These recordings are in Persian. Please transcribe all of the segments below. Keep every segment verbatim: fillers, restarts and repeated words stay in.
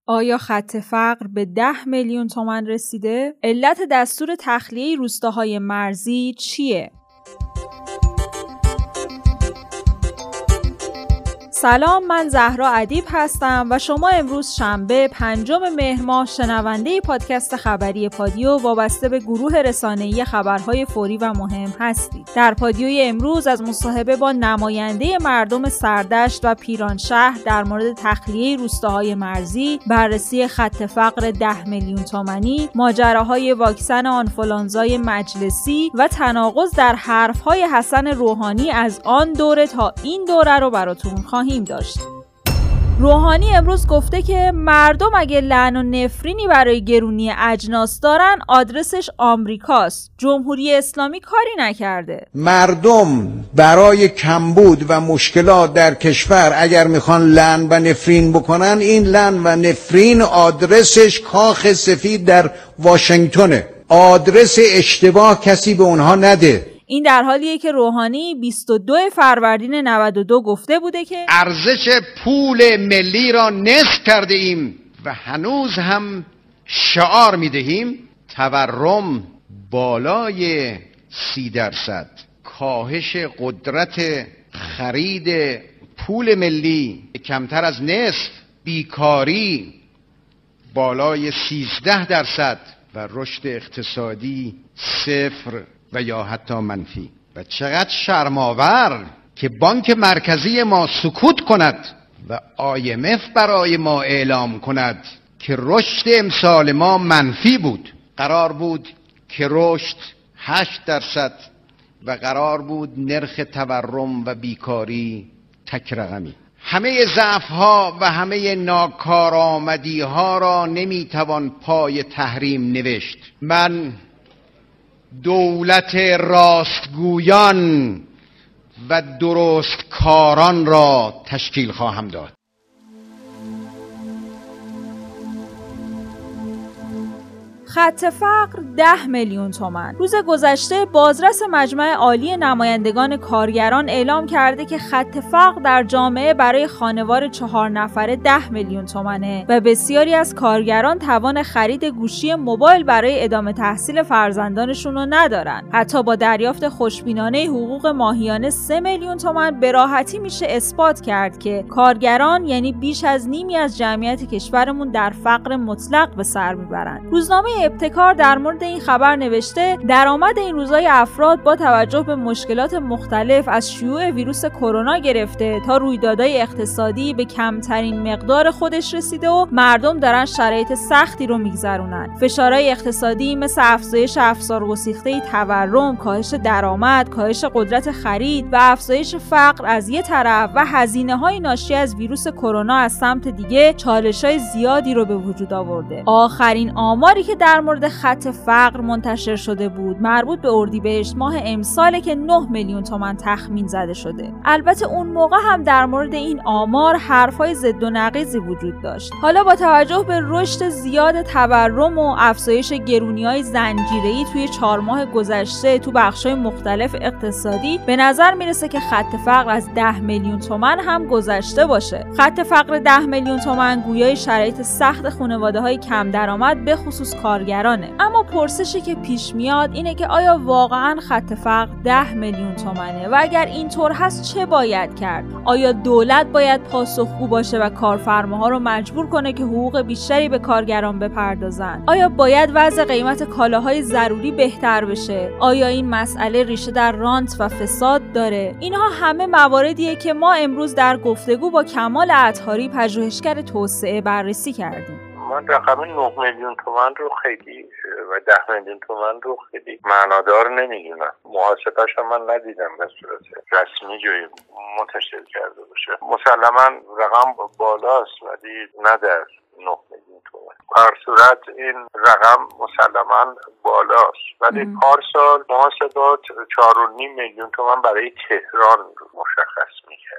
آیا خط فقر به ده میلیون تومان رسیده؟ علت دستور تخلیه روستاهای مرزی چیه؟ سلام، من زهرا ادیب هستم و شما امروز شنبه پنجم مهر ماه شنونده پادکست خبری پادیو وابسته به گروه رسانه‌ای خبرهای فوری و مهم هستید. در پادیوی امروز از مصاحبه با نماینده مردم سردشت و پیرانشهر در مورد تخلیه روستاهای مرزی، بررسی خط فقر ده میلیون تومانی، ماجراهای واکسن آنفولانزای مجلسی و تناقض در حرفهای حسن روحانی از آن دوره تا این دوره رو براتون خواهیم داشت. روحانی امروز گفته که مردم اگه لعن و نفرینی برای گرونی اجناس دارن آدرسش آمریکاست. جمهوری اسلامی کاری نکرده. مردم برای کمبود و مشکلات در کشور اگر میخوان لعن و نفرین بکنن، این لعن و نفرین آدرسش کاخ سفید در واشنگتنه. آدرس اشتباه کسی به اونها نده. این در حالیه که روحانی بیست و دو فروردین نود و دو گفته بوده که ارزش پول ملی را نصف کرده ایم و هنوز هم شعار میدهیم تورم بالای سی درصد، کاهش قدرت خرید پول ملی کمتر از نصف، بیکاری بالای سیزده درصد و رشد اقتصادی صفر و یا حتی منفی. و چقدر شرم‌آور که بانک مرکزی ما سکوت کند و آی ام اف برای ما اعلام کند که رشد امسال ما منفی بود. قرار بود که رشد هشت درصد و قرار بود نرخ تورم و بیکاری تک رقمی. همه ضعف‌ها و همه ناکارآمدی‌ها را نمی‌توان پای تحریم نوشت. من دولت راستگویان و درستکاران را تشکیل خواهم داد. خط فقر ده میلیون تومان. روز گذشته بازرس مجمع عالی نمایندگان کارگران اعلام کرده که خط فقر در جامعه برای خانوار چهار نفره ده میلیون تومانه و بسیاری از کارگران توان خرید گوشی موبایل برای ادامه تحصیل فرزندانشون رو ندارن. حتی با دریافت خوشبینانه حقوق ماهیانه سه میلیون تومان به راحتی میشه اثبات کرد که کارگران یعنی بیش از نیمی از جمعیت کشورمون در فقر مطلق به سر میبرن. روزنامه ابتکار در مورد این خبر نوشته درآمد این روزهای افراد با توجه به مشکلات مختلف از شیوع ویروس کرونا گرفته تا رویدادهای اقتصادی به کمترین مقدار خودش رسیده و مردم دارن شرایط سختی رو میگذرونن. فشارهای اقتصادی مثل افزایش افزار گسیخته تورم، کاهش درآمد، کاهش قدرت خرید و افزایش فقر از یک طرف و هزینه‌های ناشی از ویروس کرونا از سمت دیگه چالش‌های زیادی رو به وجود آورده. آخرین آماری که در مورد خط فقر منتشر شده بود مربوط به اردیبهشت ماه امساله که نه میلیون تومان تخمین زده شده. البته اون موقع هم در مورد این آمار حرفای ضد و نقیضی وجود داشت. حالا با توجه به رشد زیاد تورم و افزایش گرونی‌های زنجیره‌ای توی چهار ماه گذشته تو بخش‌های مختلف اقتصادی به نظر میرسه که خط فقر از ده میلیون تومان هم گذشته باشه. خط فقر ده میلیون تومان گویای شرایط سخت خانواده‌های کم درآمد به خصوص کارگرانه. اما پرسشی که پیش میاد اینه که آیا واقعاً خط فقر ده میلیون تومانه و اگر اینطور هست چه باید کرد؟ آیا دولت باید پاسخگو باشه و کارفرماها رو مجبور کنه که حقوق بیشتری به کارگران بپردازن؟ آیا باید وضع قیمت کالاهای ضروری بهتر بشه؟ آیا این مسئله ریشه در رانت و فساد داره؟ اینها همه مواردیه که ما امروز در گفتگو با کمال اطهاری پژوهشگر توسعه بررسی کردیم. من رقم نه میلیون تومان رو خیلی و ده میلیون تومان رو خیلی معنادار نمیدونم. محاسبه‌اش هم من ندیدم به صورت رسمی جایی منتشر کرده باشه. مسلما رقم بالاست ولی نه در نه میلیون تومان. هر صورت این رقم مسلما بالاست ولی پارسال محاسبات چهار و نیم میلیون تومان برای تهران مشخص میکرد.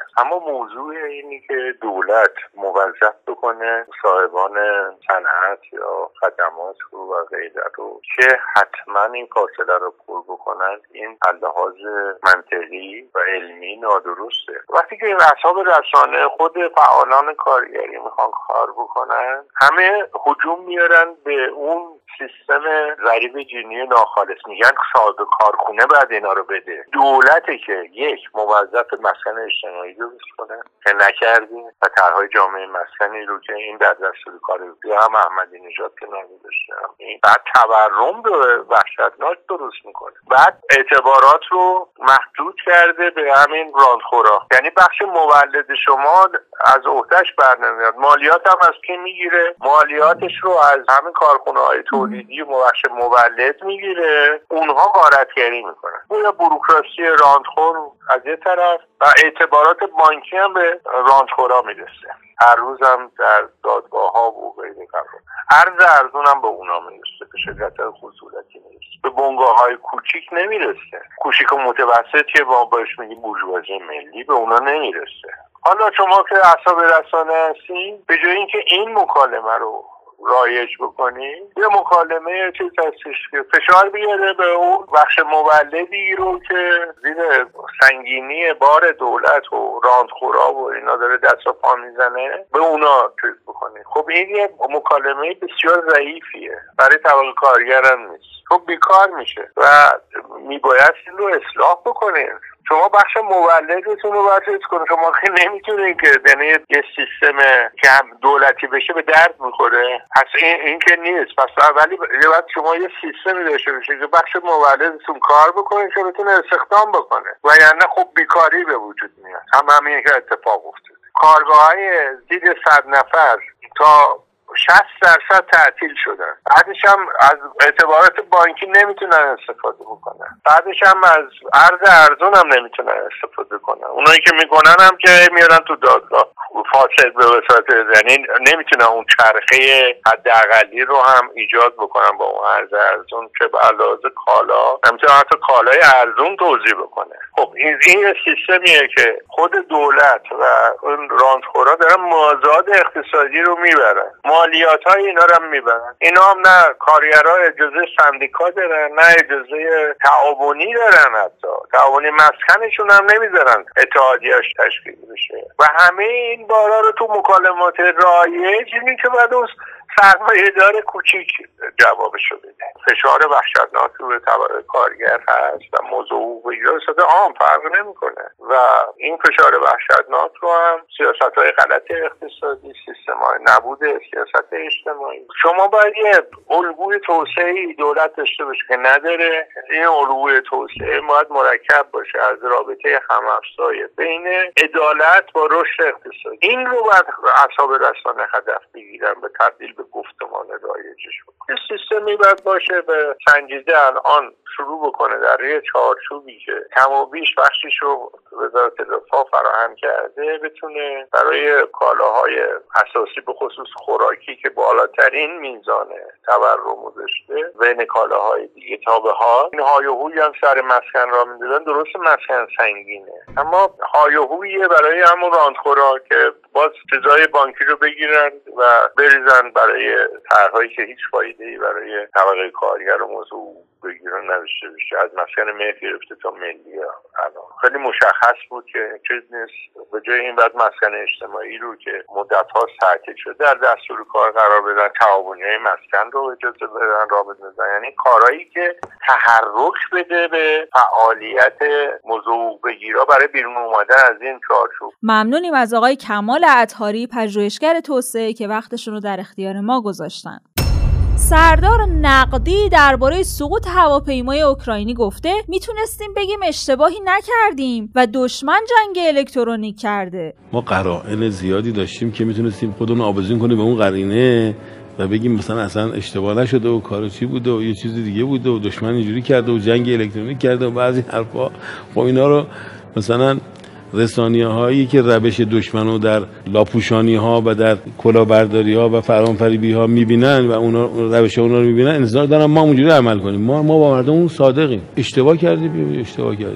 اما موضوع اینی که دولت موظف بکنه صاحبان صنعت یا خدمات رو و غیره رو که حتما این فاصله رو پر بکنن، این از لحاظ منطقی و علمی نادرسته. وقتی که اصحاب رسانه خود فعالان کارگری میخوان کار بکنن، همه هجوم میارن به اون سیستم ضریب جینی ناخالص، میگن صاحب کارخونه بعد اینا رو بده. دولته که یک موظف مسکن اجتماعی رو کنه که نکردیم و طرحهای جامعه مسکنی رو که این در دستور کار بیا هم احمدی نژاد که نمی‌داشته، بعد تورم رو وحشتناک درست میکنه، بعد اعتبارات رو محدود کرده به همین راندخورا. یعنی بخش مولد شما از عهدهش برنمیاد، مالیات هم از کی میگیره؟ مالیاتش رو از همین کارخونه‌های تولیدی و بخش مولد میگیره، اونها غارتگری میکنن. یا بوروکراسی راندخور از یه طرف و اعتبارات بانکی هم به راندخورا میرسه. هر روز هم در دادگاه ها و غیره قرار ارز ارزون هم به اونا میرسه، به شرکت های خصوصی میرسه، به بنگاه های کوچیک نمیرسه. کوچیک و متوسط که ما بهش میگیم بورژوازی ملی به اونا نمیرسه. حالا شما که اصحاب رسانه هستین، به جای اینکه این مکالمه رو رایج بکنی، یه مکالمه چیز هستش که فشار بیاره به اون بخش مولدی رو که زیر سنگینی بار دولت و راندخورا و اینا داره دست و پا میزنه، به اونا چیز بکنی. خب این یه مکالمه بسیار ضعیفیه، برای طبقه کارگر هم نیست. خب بیکار میشه و میباید این رو اصلاح بکنید. شما بخش مولدتون رو باید چیز کنید. شما که نمیتونید که یعنی یه سیستم که هم دولتی بشه به درد میخوره، پس این, این که نیست. پس اولی باید شما یه سیستمی داشته باشه که بخش مولدتون کار بکنه که بتونه استخدام بکنه و یعنی خب بیکاری به وجود میاد. هم همین که اتفاق افتاد، کارگاه‌های زیر صد نفر تا شصت درصد تعطیل شدن. بعدش هم از اعتبارات بانکی نمیتونن استفاده بکنن. بعدش هم از ارز ارزون هم نمیتونن استفاده کنن. اونایی که میکنن هم که میارن تو دادگاه فاسد به وساطت، یعنی نمیتونن اون چرخه حداقلی رو هم ایجاد بکنن با اون ارز ارزون که به علاوه کالا نمیتونن حتی کالای ارزون توزیع بکنه. خب این این سیستمیه که خود دولت و اون راندخورا دارن مازاد اقتصادی رو میبرن، مالیات های اینا رو هم میبرن. اینا هم نه کارگرها اجازه سندیکا دارن، نه اجازه تعاونی دارن، حتی تعاونی مسکنشون هم نمیذارن اتحادیه‌اش تشکیل بشه. و همه این بارا رو تو مکالمات رایج اینی که بعد اون سرمایه دار کوچیک جوابشو بده. فشار وحشتناک روی طبقه کارگر هست و موضوع و ایجاد عام فرق نمیکنه و این فشار وحشتناک رو هم سیاست‌های غلط اقتصادی، سیستم‌های نبود سیاست اجتماعی، شما باید یه الگوی توسعه‌ای دولت داشته باشه که نداره. این الگوی توسعه باید مرکب باشه از رابطه هم‌افزای بین عدالت با رشد اقتصادی. این رو باید اصحاب رسانه هدف بگیرن به تبدیل به گفتمان رایجش بکنه. سیستمی باید باشه به سنجیده الان شروع بکنه در یه چارچوبی که کم و بیش بخشش رو وزارت دفاع فراهم کرده، بتونه برای کالاهای اساسی به خصوص خوراکی که بالاترین میزان تورم داشته بین کالاهای دیگه تا به حال این هایهویی هم سر مسکن را میدادن. درست مسکن سنگینه اما هایهوییه برای همون راندخورا که باز چیزای بانکی رو بگیرن و بریزن برای طرحهایی که هیچ فایده‌ای برای طبقه کارگر و موضوع بگیرن نداشته بشه. از مسکن مهر گرفته تا ملی الان خیلی مشخص بود که چیز نیست. به جای این بعد مسکن اجتماعی رو که مدت‌ها تعطیل شده در دستور کار قرار بدن، تعاونی‌های مسکن رو اجازه بدن راه بندازن، یعنی کارهایی که تحرک بده به فعالیت موضوع بگیرا برای بیرون اومدن از این چارچوب. ممنونیم از آقای کمال عطاری، پژوهشگر توسعه که وقتشون رو در اختیار ما گذاشتن. سردار نقدی درباره سقوط هواپیمای اوکراینی گفته میتونستیم بگیم اشتباهی نکردیم و دشمن جنگ الکترونیک کرده. ما قرائن زیادی داشتیم که میتونستیم خودمون آویزون کنیم به اون قرینه و بگیم مثلا اصلا اشتباه نشده و کار چی بوده و یه چیز دیگه بوده و دشمن اینجوری کرده و جنگ الکترونیک کرده و بعضی حرفا. خب اینا رو مثلا رسانیه هایی که روش دشمنو در لاپوشانی ها و در کلاهبرداری ها و فرامفریبی ها میبینن و اونا روش اونا رو میبینن، انتظار دارن ما اونجوری عمل کنیم. ما ما با مردم صادقیم. اشتباه کردیم اشتباه کردیم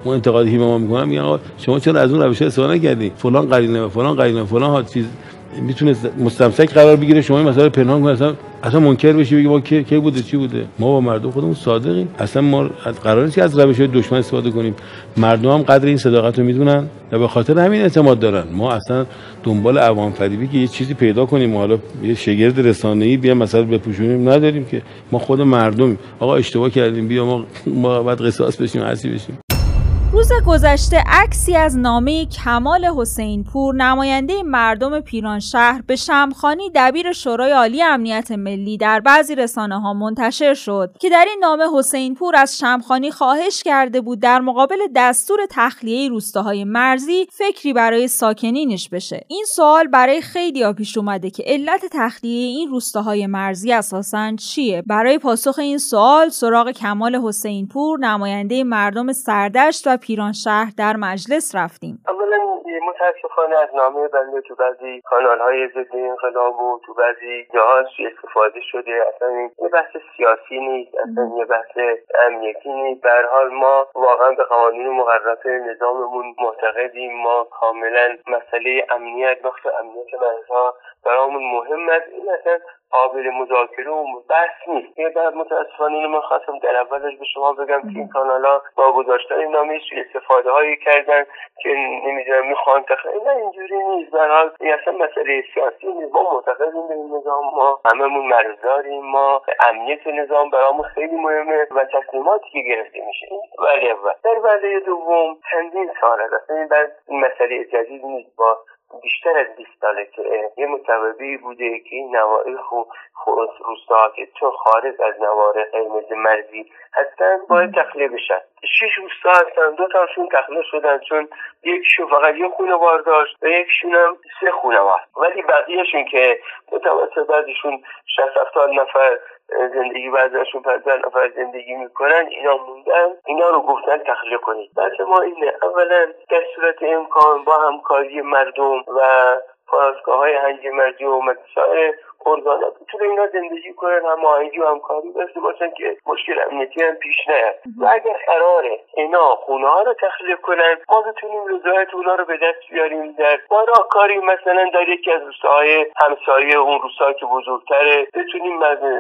ما انتقادی که به ما میکنن میگن آقا شما چرا از اون روش استفاده نکردین، فلان قرینه و فلان قرینه و فلان ها چیز میتونه مستمسک قرار بگیره، شما این مسئله پنهان کنید، اصلا اصلا منکر بشی بگی ما کی کی بوده چی بوده. ما با مردم خودمون صادقیم، اصلا ما قرار نیست که از روش دشمن استفاده کنیم. مردم هم قدر این صداقت رو میدونن و به خاطر همین اعتماد دارن. ما اصلا دنبال عوام فریبی که یه چیزی پیدا کنیم حالا یه شگرد رسانه‌ای بیا مثلا بپوشونیم نداریم که. ما خود مردم آقا اشتباه کردیم بیا ما ما بعد قصاص بشیم هرچی بشیم. روز گذشته عکسی از نامه کمال حسین پور نماینده مردم پیرانشهر به شمخانی دبیر شورای عالی امنیت ملی در بعضی رسانه‌ها منتشر شد که در این نامه حسین پور از شمخانی خواهش کرده بود در مقابل دستور تخلیه روستاهای مرزی فکری برای ساکنینش بشه. این سوال برای خیلی‌ها پیش اومده که علت تخلیه این روستاهای مرزی اساساً چیه؟ برای پاسخ این سوال سراغ کمال حسین پور نماینده مردم سردشت و پیرانشهر در مجلس رفتیم. اولا متاسفانه از نامه بنده تو بعضی کانال‌های ضد انقلاب و تو بعضی جاها سوء استفاده شده. اصلا این یه بحث سیاسی نیست، اصلا یه بحث امنیتی نیست. به هر حال ما واقعا به قوانین و مقررات نظاممون معتقدیم. ما کاملا مسئله امنیت، بخش امنیت مرزها برامون مهم است. این اصلا قابل مذاکره و بحث نیست. یه بعد متاسفانه اینو من خواستم در اولش به شما بگم که این کانال‌ها با گذاشتن این نامه سوء استفاده هایی کردن که نمیدونم میخوان تخیل. نه اینجوری نیست. به هر حال این اصلا مسئله سیاسی نیست. ما معتقدیم به این نظام، ما هممون مرزداریم، ما امنیت نظام برامون خیلی مهمه و تصمیماتی که گرفته میشه ولی اول در وله دوم چندین سال است. این بعد این مسئله جدید نیست. با بیشتر از بیست ساله که یه مصوبه‌ای بوده که این نواحی خوب روستاها که چون خارج از نواحی قرمز مرزی هستن باید تخلیه بشن. شش روستا هستن، دو تاشون تخلیه شدن چون یکیشون فقط یه خانوار داشت و یکیشون هم سه خانوار، ولی بقیهشون که متوسط بعضیشون شصت هفتاد نفر زندگی بعضیشون پنجاه نفر زندگی میکنن، اینا موندن. اینا رو گفتن تخلیه کنید. بحث ما اینه اولا در صورت امکان با همکاری مردم و پاسگاه‌های هنجمرجی و مسائل ارگانا بتونه اینا زندگی کنن، هماهنگی و همکاری داشته باشن که مشکل امنیتی هم پیش نیاد. و اگر قراره اینا خونه ها رو تخلیه کنن ما بتونیم رضایت اونا رو به دست بیاریم در با راهکاری مثلا در یکی از روستاهای همسایه اون روستا که بزرگتره بتونیم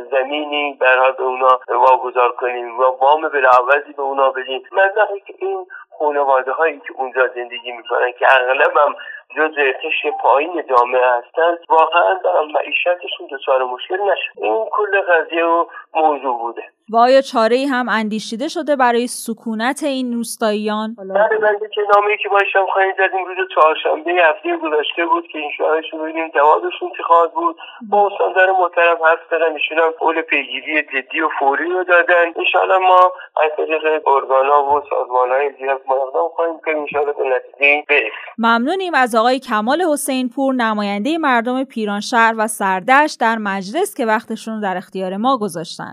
زمینی به هر حال به اونا واگذار کنیم و وام بلاعوضی به اونا بدیم. مبلغی که این خانواده هایی که اونجا زندگی میکنن که اغلب هم جزء قشر پایین جامعه هستن واقعا دارن معیشتشون دچار مشکل نشه. این کل قضیه و موضوع بوده. و آیا چاره‌ای هم اندیشیده شده برای سکونت این روستاییان؟ بله بنده که نامه‌ای که با شمخانی زدیم روز چهارشنبه هفته گذشته بود که انشاءالله ببینیم جوابشون چه خواهد بود. با استاندار محترم حرف زدم، ایشون هم قول پیگیری جدی و فوری رو دادن. انشاءالله ما از طریق ارگانا و سازمان‌های زیاد مقدم خواهیم که انشاءالله به نتیجه برسیم. ممنونیم از آقای کمال حسین پور نماینده مردم پیرانشهر و سردشت در مجلس که وقتشون رو در اختیار ما گذاشتن.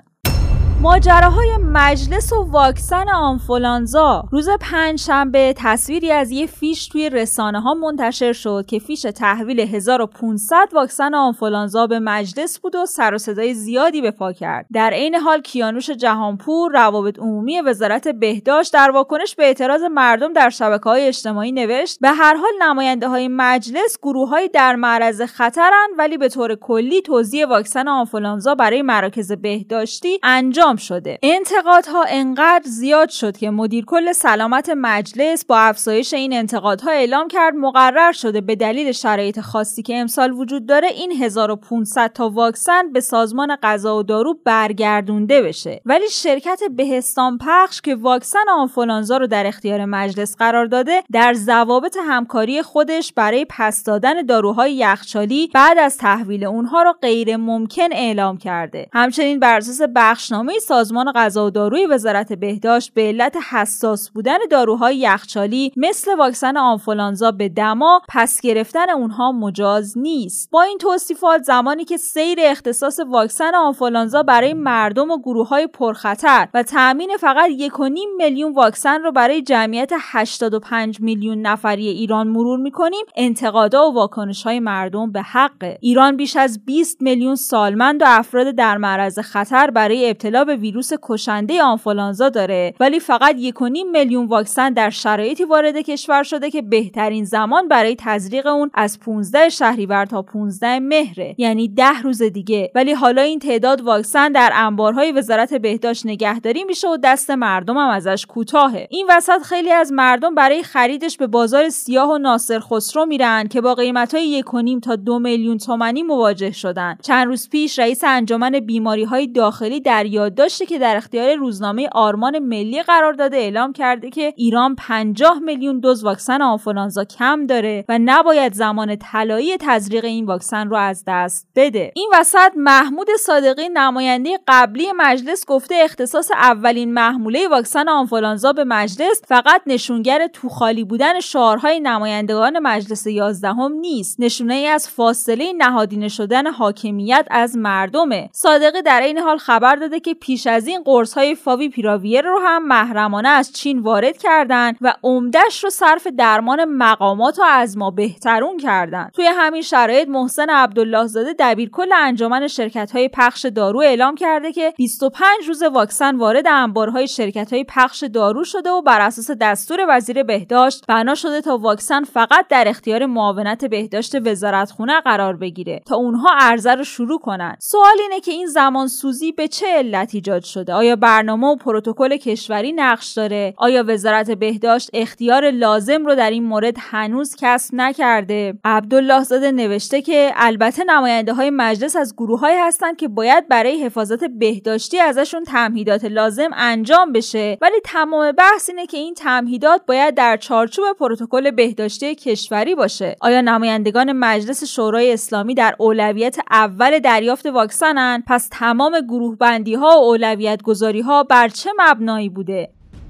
ماجراهای مجلس و واکسن آنفولانزا. روز پنجشنبه تصویری از یه فیش توی رسانه‌ها منتشر شد که فیش تحویل هزار و پانصد واکسن آنفولانزا به مجلس بود و سر و صدای زیادی به پا کرد. در عین حال کیانوش جهانپور روابط عمومی وزارت بهداشت در واکنش به اعتراض مردم در شبکه‌های اجتماعی نوشت به هر حال نماینده‌های مجلس گروه‌های در معرض خطرن ولی به طور کلی توزیع واکسن آنفولانزا برای مراکز بهداشتی انجام شده. انتقادها انقدر زیاد شد که مدیر کل سلامت مجلس با افزایش این انتقادها اعلام کرد مقرر شده به دلیل شرایط خاصی که امسال وجود داره این هزار و پانصد تا واکسن به سازمان غذا و دارو برگردونده بشه. ولی شرکت بهستان پخش که واکسن آنفولانزا رو در اختیار مجلس قرار داده در ضوابط همکاری خودش برای پس دادن داروهای یخچالی بعد از تحویل اونها رو غیر ممکن اعلام کرده. همچنین بر اساس بخشنامه سازمان غذا و داروی وزارت بهداشت به علت حساس بودن داروهای یخچالی مثل واکسن آنفولانزا به دما پس گرفتن اونها مجاز نیست. با این توصیفات زمانی که سیر اختصاص واکسن آنفولانزا برای مردم و گروه‌های پرخطر و تأمین فقط یک و نیم میلیون واکسن رو برای جمعیت هشتاد و پنج میلیون نفری ایران مرور می‌کنیم، انتقادها و واکنش‌های مردم به حق. ایران بیش از بیست میلیون سالمند و افراد در معرض خطر برای ابتلا به به ویروس کشنده آنفولانزا داره، ولی فقط یک و نیم میلیون واکسن در شرایطی وارد کشور شده که بهترین زمان برای تزریق اون از پانزده شهریور تا پانزده مهره، یعنی ده روز دیگه. ولی حالا این تعداد واکسن در انبارهای وزارت بهداشت نگهداری میشه و دست مردم هم ازش کوتاهه. این وسط خیلی از مردم برای خریدش به بازار سیاه و ناصر خسرو میرن که با قیمت‌های یک و نیم تا دو میلیون تومانی مواجه شدن. چند روز پیش رئیس انجمن بیماری‌های داخلی در یادداشتی که در اختیار روزنامه آرمان ملی قرار داده اعلام کرده که ایران پنجاه میلیون دوز واکسن آنفولانزا کم داره و نباید زمان طلایی تزریق این واکسن رو از دست بده. این وسط محمود صادقی نماینده قبلی مجلس گفته اختصاص اولین محموله واکسن آنفولانزا به مجلس فقط نشونگر تو خالی بودن شعارهای نمایندگان مجلس یازدهم نیست، نشونه ای از فاصله نهادینه شدن حاکمیت از مردمه. صادقی در این حال خبر داده که پیش از این قرص‌های فاوی پیراویر رو هم محرمانه از چین وارد کردن و عمده‌اش رو صرف درمان مقامات و ازما بهترون کردن. توی همین شرایط محسن عبدالله زاده دبیرکل انجمن شرکت‌های پخش دارو اعلام کرده که بیست و پنج روز واکسن وارد انبارهای شرکت‌های پخش دارو شده و بر اساس دستور وزیر بهداشت بنا شده تا واکسن فقط در اختیار معاونت بهداشت وزارتخونه قرار بگیره تا اونها عرضه رو شروع کنن. سوال اینه که این زمان سوزی به چه علت ایجاد شده؟ آیا برنامه و پروتکل کشوری نقش داره؟ آیا وزارت بهداشت اختیار لازم رو در این مورد هنوز کسب نکرده؟ عبدالله زاده نوشته که البته نماینده‌های مجلس از گروه‌هایی هستند که باید برای حفاظت بهداشتی ازشون تمهیدات لازم انجام بشه، ولی تمام بحث اینه که این تمهیدات باید در چارچوب پروتکل بهداشتی کشوری باشه. آیا نمایندگان مجلس شورای اسلامی در اولویت اول دریافت واکسنن؟ پس تمام گروه بندی ها و اولویت گذاری ها بر چه مبنایی بوده؟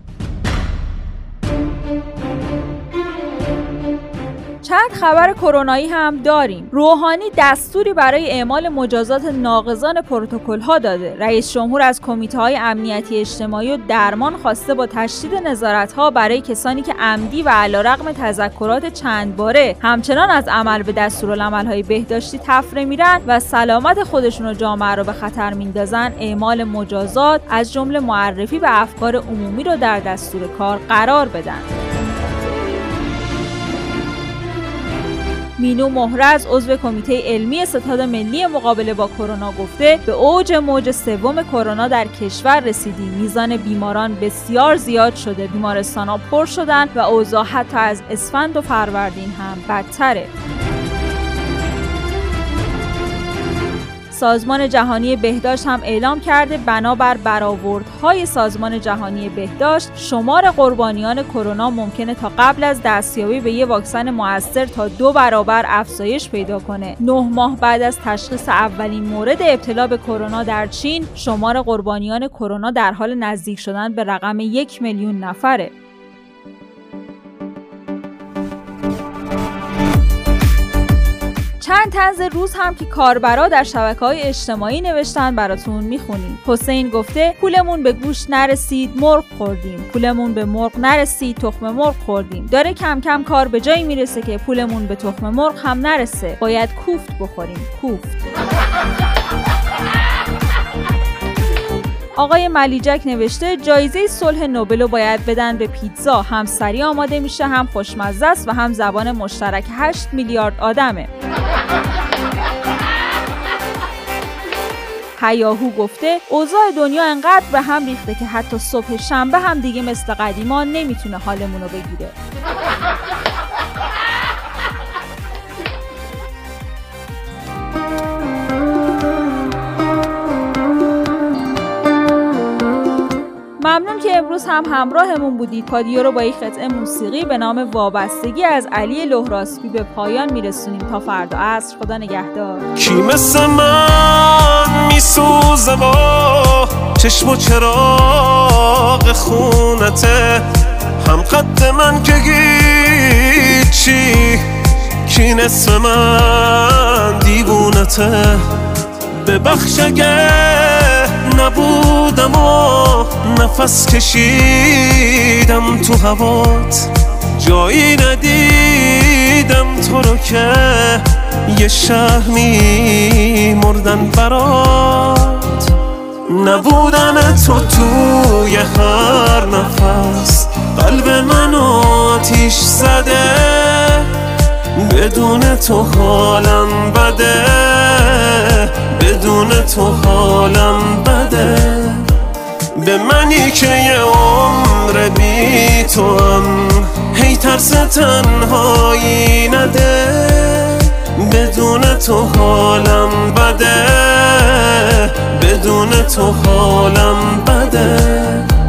چند خبر کرونایی هم داریم. روحانی دستوری برای اعمال مجازات ناقضان پروتکل‌ها داده. رئیس جمهور از کمیته‌های امنیتی اجتماعی و درمان خواسته با تشدید نظارت‌ها برای کسانی که عمدی و علیرغم تذکرات چند باره همچنان از عمل به دستورالعمل‌های بهداشتی تفره میرن و سلامت خودشون و جامعه رو به خطر میندازن اعمال مجازات از جمله معرفی به افکار عمومی رو در دستور کار قرار بدن. مینو مهرز عضو کمیته علمی ستاد ملی مقابله با کرونا گفته به اوج موج سوم کرونا در کشور رسیدیم. میزان بیماران بسیار زیاد شده، بیمارستان‌ها پر شدن و اوضاع حتی از اسفند و فروردین هم بدتره. سازمان جهانی بهداشت هم اعلام کرده بنابر برآوردهای سازمان جهانی بهداشت شمار قربانیان کرونا ممکنه تا قبل از دستیابی به یک واکسن مؤثر تا دو برابر افزایش پیدا کنه. نه ماه بعد از تشخیص اولین مورد ابتلا به کرونا در چین، شمار قربانیان کرونا در حال نزدیک شدن به رقم یک میلیون نفره. چند طنز روز هم که کاربرا در شبکه‌های اجتماعی نوشتن براتون میخونیم. حسین گفته پولمون به گوشت نرسید مرغ خوردیم، پولمون به مرغ نرسید تخم مرغ خوردیم. داره کم کم کار به جایی میرسه که پولمون به تخم مرغ هم نرسه، باید کوفت بخوریم. کوفت. آقای ملیجک نوشته جایزه صلح نوبل رو باید بدن به پیتزا، هم سریع آماده میشه، هم خوشمزه است و هم زبان مشترک هشت میلیارد آدمه. هیاهو گفته اوضاع دنیا انقدر به هم ریخته که حتی صبح شنبه هم دیگه مثل قدیما نمیتونه حالمون رو بگیره. ممنون که امروز هم همراهمون بودید. پادیو رو با یک قطعه موسیقی به نام وابستگی از علی لهراسبی به پایان میرسونیم. تا فردا عصر، خدا نگهدار. کی مثل من میسوزه با چشم و چراغ خونته، هم قد من که گیچی، کی نصف من دیوونته. ببخش اگه نبودم و نفس کشیدم تو هوات، جایی ندیدم تو رو که یه شهر می مردن برات. نبودن تو توی هر نفس قلب منو آتیش زده، بدون تو حالم بده، بدون تو حالم بده. به منی که یه عمر بی تو هم هی ترس تنهایی نده، بدون تو حالم بده، بدون تو حالم بده.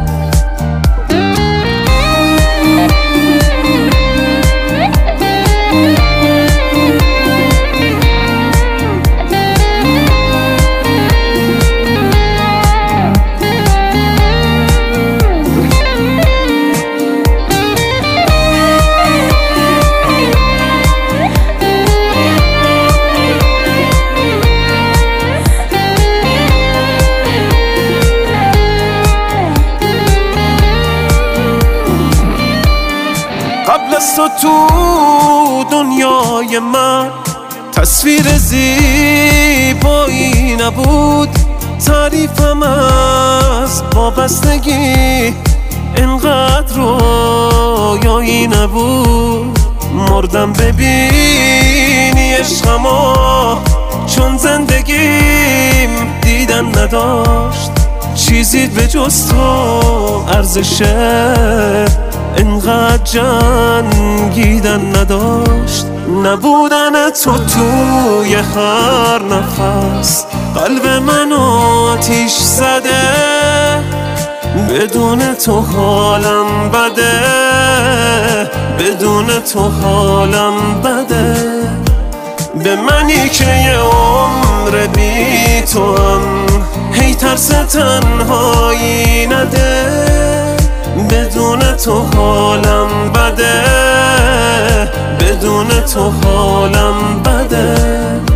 قبل از تو تو دنیای من تصویر زیبایی نبود، تعریفم از وابستگی اینقدر رویایی نبود. مردم ببینی عشقمو، چون زندگیم دیدن نداشت، چیزی به جز تو ارزشه اینقدر جنگیدن نداشت. نبودن تو توی هر نفس قلب منو آتیش زده، بدون تو حالم بده، بدون تو حالم بده. به منی که یه عمر بی تو هم هی ترس تنهایی نده، بدون تو حالم بده، بدون تو حالم بده.